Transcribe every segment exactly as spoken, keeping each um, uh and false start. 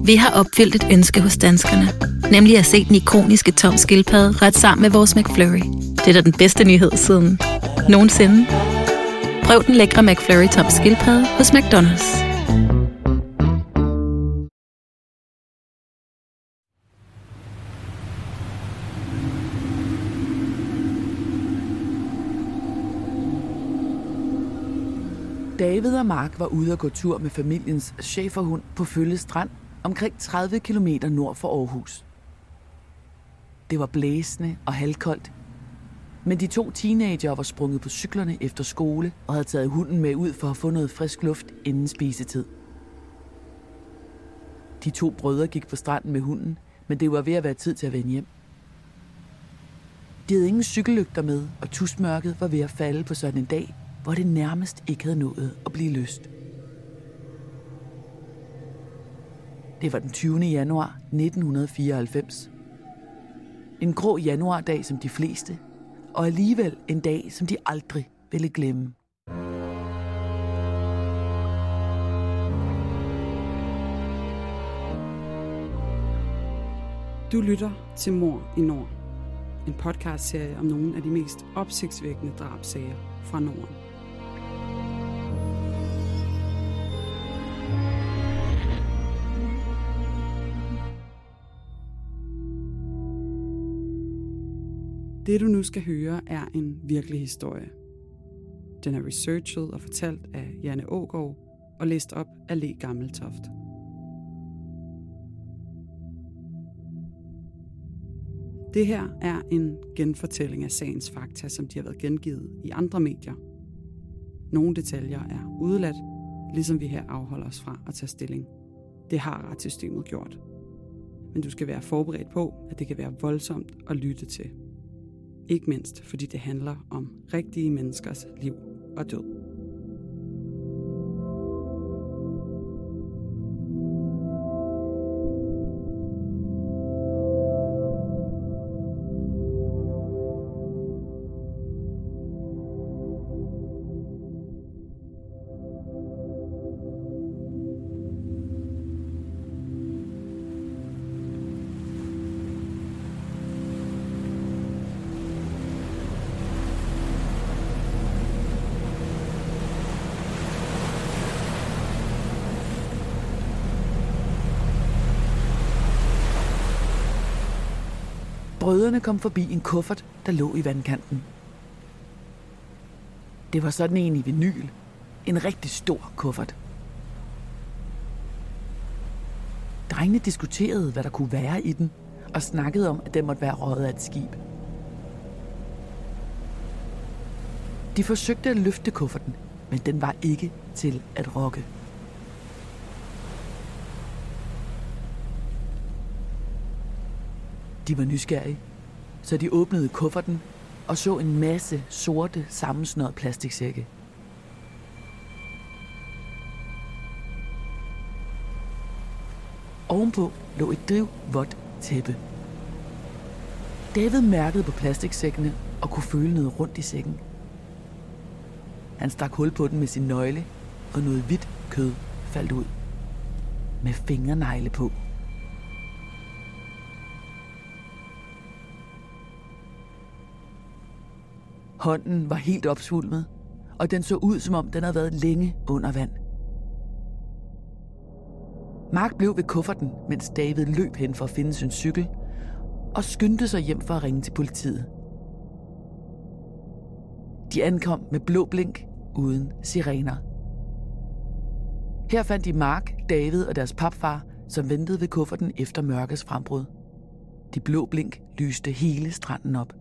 Vi har opfyldt et ønske hos danskerne. Nemlig at se den ikoniske Tom Skildpadde ret sammen med vores McFlurry. Det er da den bedste nyhed siden nogensinde. Prøv den lækre McFlurry Tom Skildpadde hos McDonald's. David og Mark var ude at gå tur med familiens schæferhund på Følle Strand, omkring tredive kilometer nord for Aarhus. Det var blæsende og halvkoldt, men de to teenagere var sprunget på cyklerne efter skole og havde taget hunden med ud for at få noget frisk luft inden spisetid. De to brødre gik på stranden med hunden, men det var ved at være tid til at vende hjem. De havde ingen cykellygter med, og tusmørket var ved at falde på sådan en dag, hvor det nærmest ikke havde nået at blive lyst. Det var den tyvende januar nitten fireoghalvfems. En grå januardag som de fleste, og alligevel en dag, som de aldrig ville glemme. Du lytter til Mord i Nord, en podcastserie om nogle af de mest opsigtsvækkende drabssager fra Norden. Det du nu skal høre er en virkelig historie. Den er researchet og fortalt af Janne Aagaard og læst op af Le Gammeltoft. Det her er en genfortælling af sagens fakta, som de har været gengivet i andre medier. Nogle detaljer er udeladt, ligesom vi her afholder os fra at tage stilling. Det har retssystemet gjort. Men du skal være forberedt på, at det kan være voldsomt at lytte til. Ikke mindst, fordi det handler om rigtige menneskers liv og død. Brødrene kom forbi en kuffert, der lå i vandkanten. Det var sådan en i vinyl. En rigtig stor kuffert. Drengene diskuterede, hvad der kunne være i den, og snakkede om, at den måtte være røget af et skib. De forsøgte at løfte kufferten, men den var ikke til at rokke. De var nysgerrige, så de åbnede kufferten og så en masse sorte, sammensnørede plastiksække. Ovenpå lå et drivvådt tæppe. David mærkede på plastiksækkene og kunne føle noget rundt i sækken. Han stak hul på den med sin nøgle, og noget hvidt kød faldt ud. Med fingernegle på. Hånden var helt opsvulmet, og den så ud, som om den havde været længe under vand. Mark blev ved kufferten, mens David løb hen for at finde sin cykel, og skyndte sig hjem for at ringe til politiet. De ankom med blå blink uden sirener. Her fandt de Mark, David og deres papfar, som ventede ved kufferten efter mørkets frembrud. De blå blink lyste hele stranden op.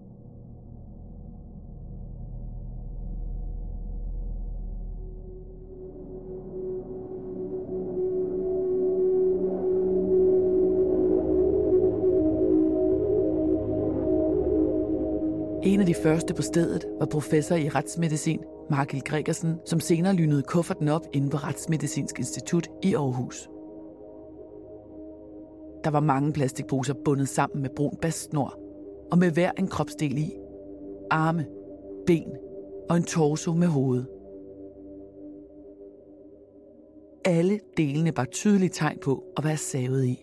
En af de første på stedet var professor i retsmedicin, Margil Gregersen, som senere lynede kufferten op inde på Retsmedicinsk Institut i Aarhus. Der var mange plastikposer bundet sammen med brun bastsnor, og med hver en kropsdel i. Arme, ben og en torso med hoved. alle delene bare tydelige tegn på at være savet i.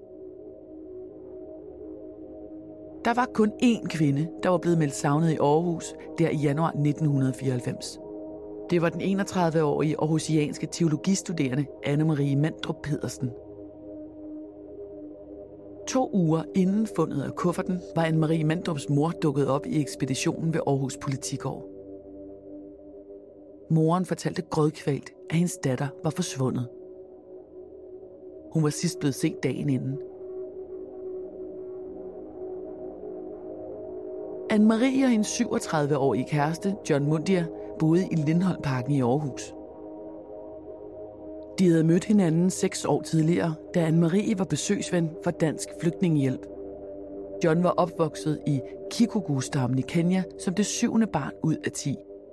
Der var kun én kvinde, der var blevet meldt savnet i Aarhus der i januar nitten fireoghalvfems. Det var den enogtredive-årige aarhusianske teologistuderende Anne-Marie Mandrup Pedersen. To uger inden fundet af kufferten var Anne-Marie Mandrups mor dukket op i ekspeditionen ved Aarhus Politigård. Moren fortalte grødkvalt, at hendes datter var forsvundet. Hun var sidst blevet set dagen inden. Anne-Marie og hendes syvogtredive-årige kæreste, John Mundia, boede i Lindholmparken i Aarhus. De havde mødt hinanden seks år tidligere, da Anne-Marie var besøgsven for Dansk Flygtningehjælp. John var opvokset i Kikugu-stammen i Kenya som det syvende barn ud af ti.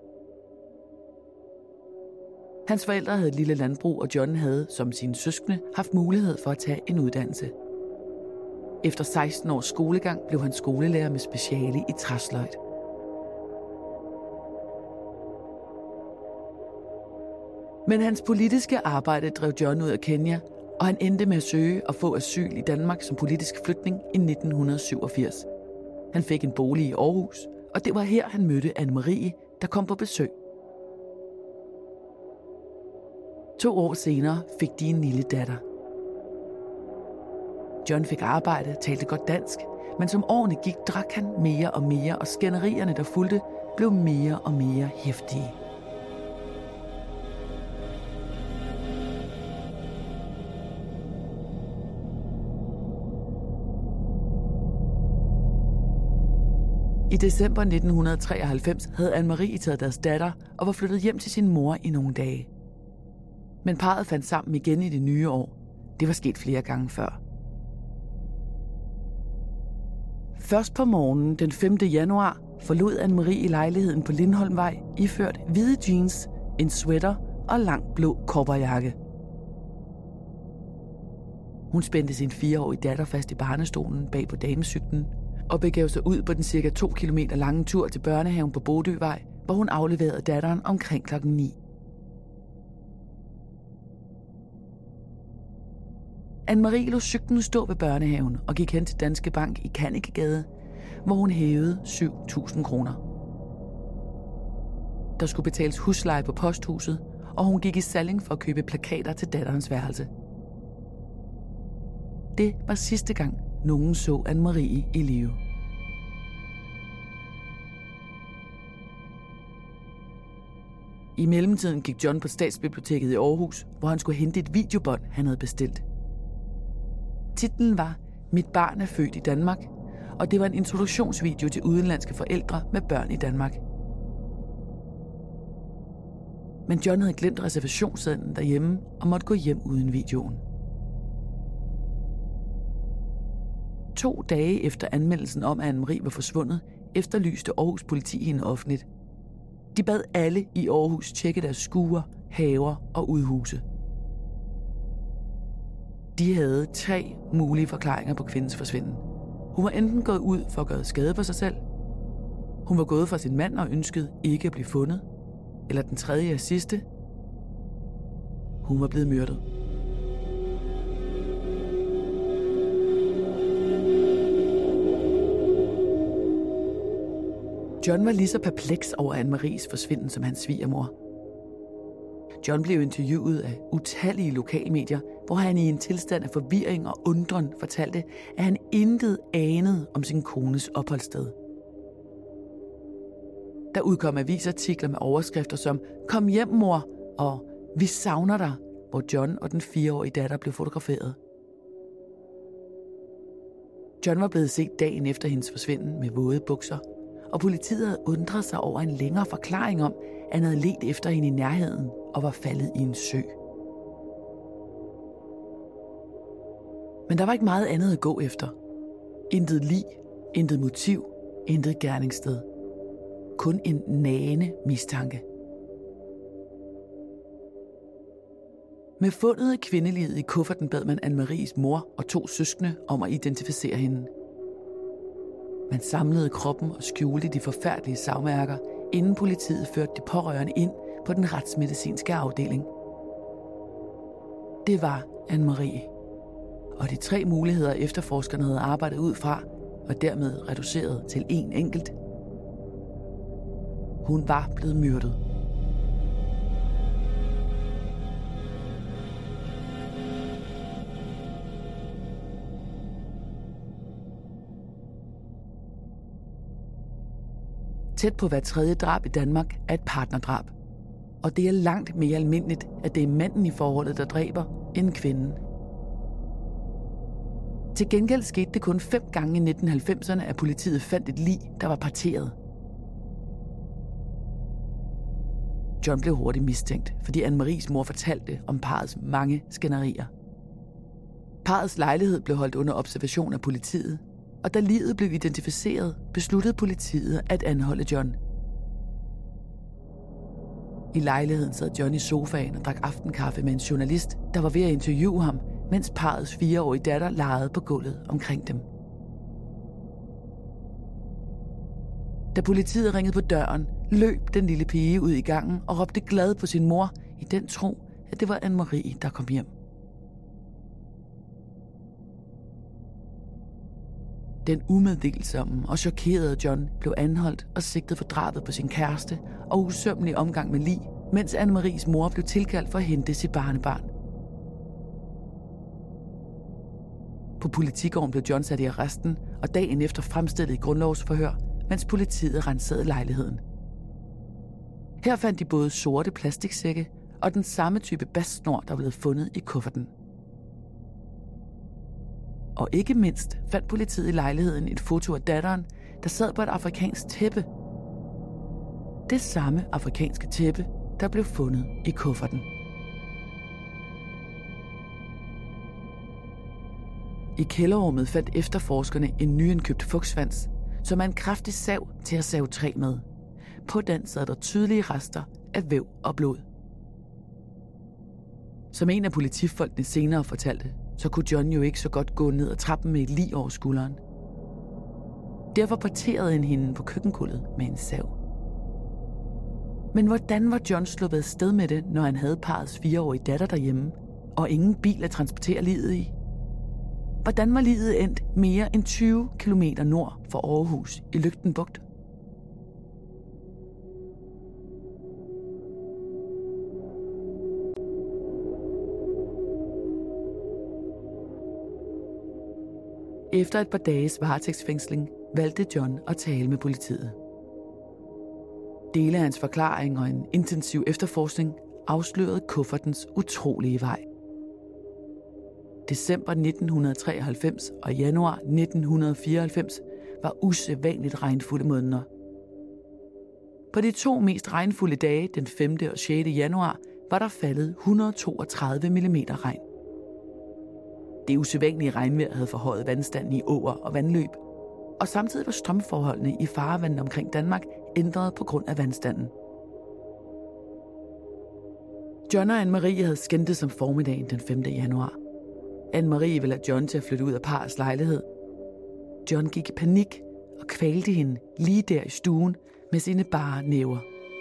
Hans forældre havde et lille landbrug, og John havde, som sine søskende, haft mulighed for at tage en uddannelse. Efter seksten års skolegang blev han skolelærer med speciale i træsløjd. Men hans politiske arbejde drev John ud af Kenya, og han endte med at søge og få asyl i Danmark som politisk flygtning i nitten syvogfirs. Han fik en bolig i Aarhus, og det var her, han mødte Anne-Marie, der kom på besøg. To år senere fik de en lille datter. John fik arbejde, talte godt dansk, men som årene gik, drak han mere og mere, og skænderierne, der fulgte, blev mere og mere heftige. I december nitten treoghalvfems havde Anne-Marie taget deres datter og var flyttet hjem til sin mor i nogle dage. Men parret fandt sammen igen i det nye år. Det var sket flere gange før. Først på morgenen den femte januar forlod Anne-Marie lejligheden på Lindholmvej iført hvide jeans, en sweater og lang blå kobberjakke. Hun spændte sin fireårige datter fast i barnestolen bag på damecyklen og begav sig ud på den cirka to kilometer lange tur til børnehaven på Bodøvej, hvor hun afleverede datteren omkring klokken ni. Anne-Marie lod cyklen stå ved børnehaven og gik hen til Danske Bank i Kannikegade, hvor hun hævede syv tusind kroner. Der skulle betales husleje på posthuset, og hun gik i Salling for at købe plakater til datterens værelse. Det var sidste gang, nogen så Anne-Marie i live. I mellemtiden gik John på Statsbiblioteket i Aarhus, hvor han skulle hente et videobånd, han havde bestilt. Titlen var Mit barn er født i Danmark, og det var en introduktionsvideo til udenlandske forældre med børn i Danmark. Men John havde glemt reservationssedlen derhjemme og måtte gå hjem uden videoen. To dage efter anmeldelsen om, at Anne-Marie var forsvundet, efterlyste Aarhus politi hende offentligt. De bad alle i Aarhus tjekke deres skuer, haver og udhuse. De havde tre mulige forklaringer på kvindens forsvinden. Hun var enten gået ud for at gøre skade på sig selv, hun var gået fra sin mand og ønskede ikke at blive fundet, eller den tredje og sidste, hun var blevet myrdet. John var lige så perpleks over Anne-Maries forsvinden som hans svigermor. John blev interviewet af utallige lokalmedier, hvor han i en tilstand af forvirring og undren fortalte, at han intet anede om sin kones opholdssted. Der udkom avisartikler med overskrifter som "Kom hjem, mor" og "Vi savner dig", hvor John og den fireårige datter blev fotograferet. John var blevet set dagen efter hendes forsvinden med våde bukser, og politiet havde undret sig over en længere forklaring om, at han havde ledt efter hende i nærheden og var faldet i en sø. Men der var ikke meget andet at gå efter. Intet lig, intet motiv, intet gerningssted. Kun en nagende mistanke. Med fundet af kvindeliget i kufferten bad man Anne-Maries mor og to søskende om at identificere hende. Man samlede kroppen og skjulte de forfærdelige savmærker, inden politiet førte de pårørende ind på den retsmedicinske afdeling. det var Anne-Marie. Og de tre muligheder, efterforskerne havde arbejdet ud fra, var dermed reduceret til én enkelt. Hun var blevet myrdet. Tæt på hver tredje drab i Danmark er et partnerdrab. Og det er langt mere almindeligt, at det er manden i forholdet, der dræber, end kvinden. Til gengæld skete det kun fem gange i nitten halvfemserne, at politiet fandt et lig, der var parteret. John blev hurtigt mistænkt, fordi Anne-Maries mor fortalte om parrets mange skænderier. Parrets lejlighed blev holdt under observation af politiet, og da liget blev identificeret, besluttede politiet at anholde John. I lejligheden sad John i sofaen og drak aftenkaffe med en journalist, der var ved at interviewe ham, mens parrets fireårige datter legede på gulvet omkring dem. Da politiet ringede på døren, løb den lille pige ud i gangen og råbte glad på sin mor i den tro, at det var Anne-Marie, der kom hjem. Den umeddelsomme og chokerede John blev anholdt og sigtet for drabet på sin kæreste og usømmelig omgang med lig, mens Anne-Maries mor blev tilkaldt for at hente sit barnebarn. På politigården blev John sat i arresten og dagen efter fremstillet i grundlovsforhør, mens politiet rensede lejligheden. Her fandt de både sorte plastiksække og den samme type bastsnor, der blev fundet i kufferten. Og ikke mindst fandt politiet i lejligheden et foto af datteren, der sad på et afrikansk tæppe. Det samme afrikanske tæppe, der blev fundet i kufferten. I kælderrummet fandt efterforskerne en nyindkøbt fugtsvans, som er en kraftig sav til at save træ med. På den sad der tydelige rester af væv og blod. Som en af politifolkene senere fortalte, så kunne John jo ikke så godt gå ned ad trappen med et lig over skulderen. Derfor parterede han hende på køkkengulvet med en sav. Men hvordan var John sluppet afsted med det, når han havde parrets fireårige datter derhjemme, og ingen bil at transportere liget i? Hvordan var liget endt mere end tyve kilometer nord for Aarhus i Lygtenbugt? Efter et par dages varetægtsfængsling valgte John at tale med politiet. Dele af hans forklaring og en intensiv efterforskning afslørede kuffertens utrolige vej. December nitten treoghalvfems og januar nitten fireoghalvfems var usædvanligt regnfulde måneder. På de to mest regnfulde dage, den femte og sjette januar, var der faldet et hundrede og toogtredive millimeter regn. Det usædvanlige regnvejr havde forhøjet vandstanden i åer og vandløb, og samtidig var strømforholdene i farvandet omkring Danmark ændret på grund af vandstanden. John og Anne-Marie havde skændtes om formiddagen den femte januar. Anne-Marie ville have John til at flytte ud af parrets lejlighed. John gik i panik og kvalte hende lige der i stuen med sine bare næver.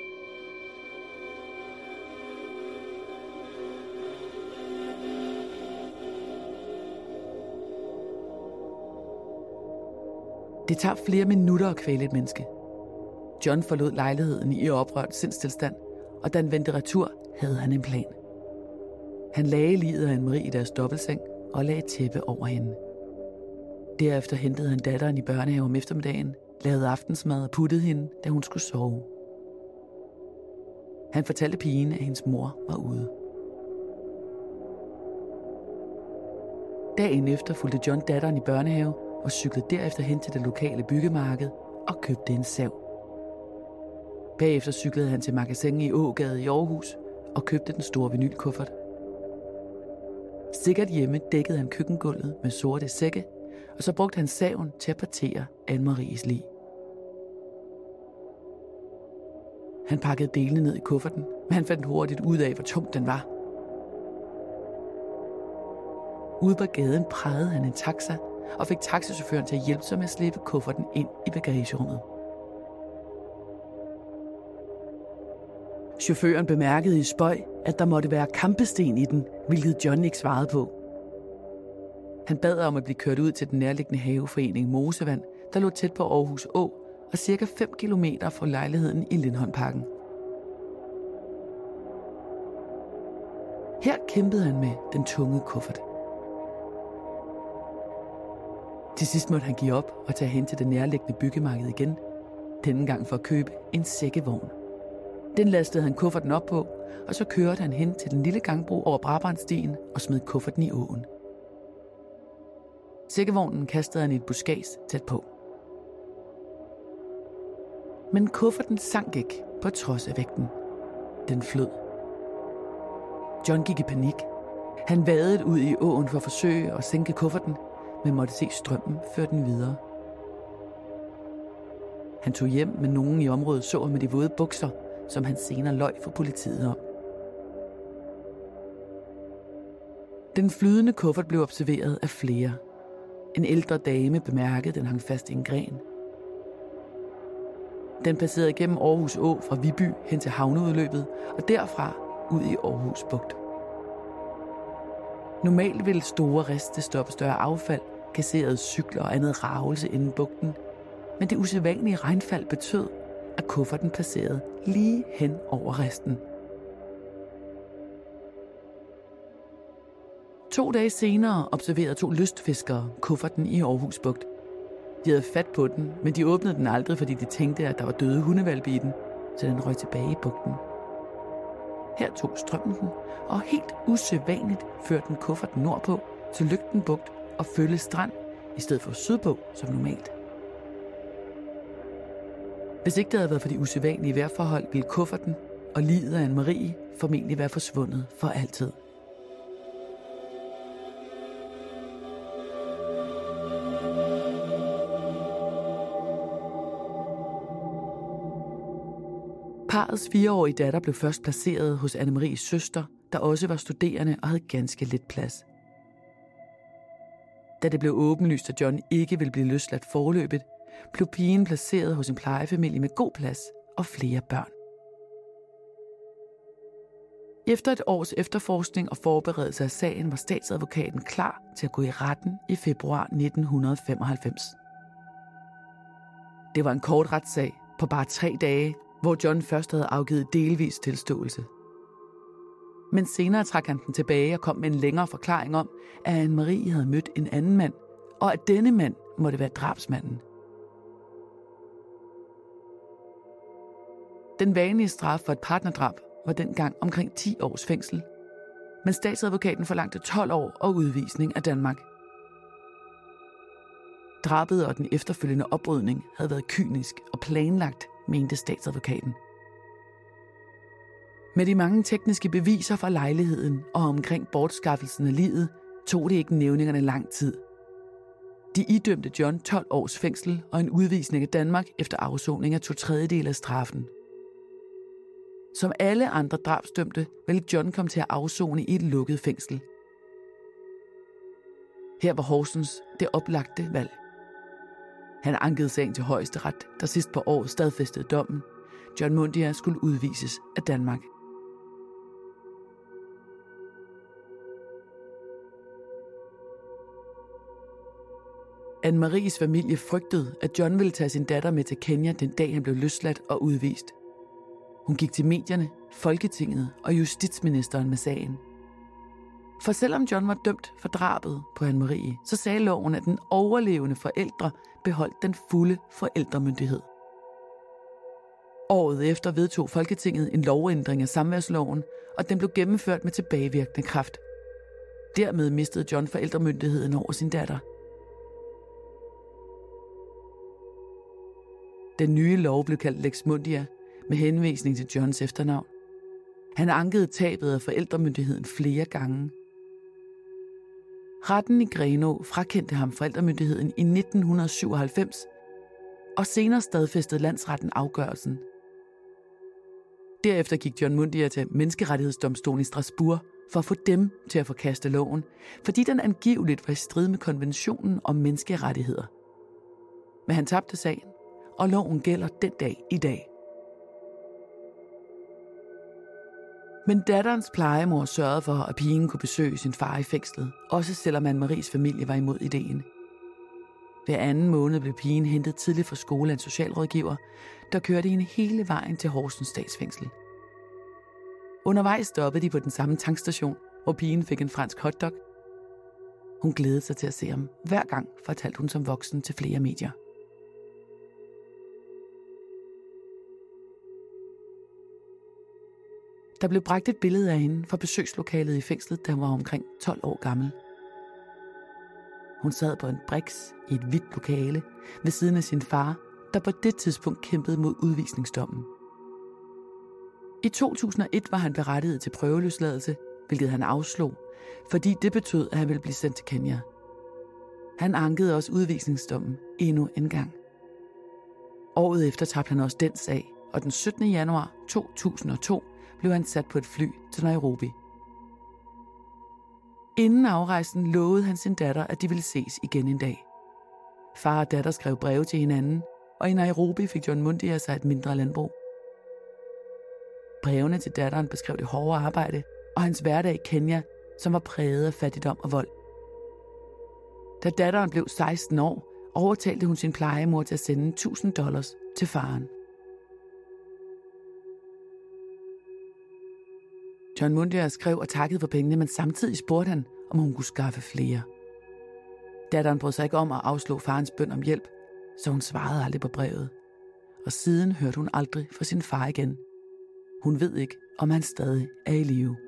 Det tager flere minutter at kvæle et menneske. John forlod lejligheden i oprørt sindstilstand, og da han vendte retur, havde han en plan. Han lagde liget af Anne-Marie i deres dobbeltseng og lagde et tæppe over hende. Derefter hentede han datteren i børnehave om eftermiddagen, lavede aftensmad og puttede hende, da hun skulle sove. Han fortalte pigen, at hendes mor var ude. Dagen efter fulgte John datteren i børnehave og cyklede derefter hen til det lokale byggemarked og købte en sav. Bagefter cyklede han til Magasin i Ågade i Aarhus og købte den store vinylkuffert. Sikkert hjemme dækkede han køkkengulvet med sorte sække, og så brugte han saven til at partere Anne-Maries lig. Han pakkede delene ned i kufferten, men han fandt hurtigt ud af, hvor tung den var. Ude på gaden prejede han en taxa og fik taxichaufføren til at hjælpe sig med at slippe kufferten ind i bagagerummet. Chaufføren bemærkede i spøg, at der måtte være kampesten i den, hvilket John ikke svarede på. Han bad om at blive kørt ud til den nærliggende haveforening Mosevand, der lå tæt på Aarhus Å og cirka fem kilometer fra lejligheden i Lindholmparken. Her kæmpede han med den tunge kuffert. Til sidst måtte han give op og tage hen til det nærliggende byggemarked igen, denne gang for at købe en sækkevogn. Den lastede han kufferten op på, og så kørte han hen til den lille gangbro over Brabrandstien og smed kufferten i åen. Sækkevognen kastede han i et buskads tæt på. Men kufferten sank ikke på trods af vægten. Den flød. John gik i panik. Han vadede ud i åen for at forsøge at sænke kufferten, men måtte se strømmen føre den videre. Han tog hjem, men nogen i området så ham med de våde bukser, som han senere løj for politiet om. Den flydende kuffert blev observeret af flere. En ældre dame bemærkede, den hang fast i en gren. Den passerede gennem Aarhus Å fra Viby hen til havneudløbet, og derfra ud i Aarhus Bugt. Normalt ville store riste stoppe større affald, kasserede cykler og andet ravelse inden bugten, men det usædvanlige regnfald betød, at kufferten passerede lige hen over resten. To dage senere observerede to lystfiskere kufferten i Aarhus Bugt. De havde fat på den, men de åbnede den aldrig, fordi de tænkte, at der var døde hundehvalpe i den, så den røg tilbage i bugten. Her tog strømmen den, og helt usædvanligt førte den kufferten nordpå til Lygtenbugt og Følle Strand, i stedet for sydpå som normalt. Hvis ikke det havde været for de usædvanlige vejrforhold, ville kufferten og liget af Anne-Marie formentlig være forsvundet for altid. Parrets fireårige datter blev først placeret hos Anne-Maries søster, der også var studerende og havde ganske lidt plads. Da det blev åbenlyst, at John ikke ville blive løsladt foreløbigt, blev pigen placeret hos en plejefamilie med god plads og flere børn. Efter et års efterforskning og forberedelse af sagen var statsadvokaten klar til at gå i retten i februar nitten femoghalvfems. Det var en kort retssag på bare tre dage, hvor John først havde afgivet delvis tilståelse. Men senere trak han den tilbage og kom med en længere forklaring om, at Anne-Marie havde mødt en anden mand, og at denne mand måtte være drabsmanden. Den vanlige straf for et partnerdrab var dengang omkring ti års fængsel, men statsadvokaten forlangte tolv år og udvisning af Danmark. Drabet og den efterfølgende oprydning havde været kynisk og planlagt, mente statsadvokaten. Med de mange tekniske beviser fra lejligheden og omkring bortskaffelsen af liget, tog det ikke nævningerne lang tid. De idømte John tolv års fængsel og en udvisning af Danmark efter afsoning af to tredjedele af straffen. Som alle andre drabsdømte ville John komme til at afsone i et lukket fængsel. Her var Horsens det oplagte valg. Han ankede sagen til Højesteret, der sidst på året stadfæstede dommen. John Mundia skulle udvises af Danmark. Anne-Maries familie frygtede, at John ville tage sin datter med til Kenya den dag, han blev løsladt og udvist. Hun gik til medierne, Folketinget og justitsministeren med sagen. For selvom John var dømt for drabet på Anne-Marie, så sagde loven, at den overlevende forældre beholdt den fulde forældremyndighed. Året efter vedtog Folketinget en lovændring af samværsloven, og den blev gennemført med tilbagevirkende kraft. Dermed mistede John forældremyndigheden over sin datter. Den nye lov blev kaldt Lex Mundia med henvisning til Johns efternavn. Han ankede tabet af forældremyndigheden flere gange. Retten i Grenaa frakendte ham forældremyndigheden i nitten syvoghalvfems, og senere stadfæstede landsretten afgørelsen. Derefter gik John Mundia til Menneskerettighedsdomstolen i Strasbourg for at få dem til at forkaste loven, fordi den angiveligt var i strid med konventionen om menneskerettigheder. Men han tabte sagen, og loven gælder den dag i dag. Men datterens plejemor sørgede for, at pigen kunne besøge sin far i fængslet, også selvom Anne-Maries familie var imod ideen. Hver anden måned blev pigen hentet tidligt fra skole af en socialrådgiver, der kørte hende hele vejen til Horsens Statsfængsel. Undervejs stoppede de på den samme tankstation, hvor pigen fik en fransk hotdog. Hun glædede sig til at se ham hver gang, fortalte hun som voksen til flere medier. Der blev bragt et billede af hende fra besøgslokalet i fængslet, da hun var omkring tolv år gammel. Hun sad på en briks i et hvidt lokale ved siden af sin far, der på det tidspunkt kæmpede mod udvisningsdommen. I to tusind og et var han berettiget til prøveløsladelse, hvilket han afslog, fordi det betød, at han ville blive sendt til Kenya. Han ankede også udvisningsdommen endnu en gang. Året efter tabte han også den sag, og den syttende januar to tusind og to blev han sat på et fly til Nairobi. Inden afrejsen lovede han sin datter, at de ville ses igen en dag. Far og datter skrev breve til hinanden, og i Nairobi fik John Mundia sig et mindre landbrug. Brevene til datteren beskrev det hårde arbejde og hans hverdag i Kenya, som var præget af fattigdom og vold. Da datteren blev seksten år, overtalte hun sin plejemor til at sende tusind dollars til faren. John Mundia skrev og takkede for pengene, men samtidig spurgte han, om hun kunne skaffe flere. Datteren brød sig ikke om at afslå farens bøn om hjælp, så hun svarede aldrig på brevet. Og siden hørte hun aldrig fra sin far igen. Hun ved ikke, om han stadig er i live.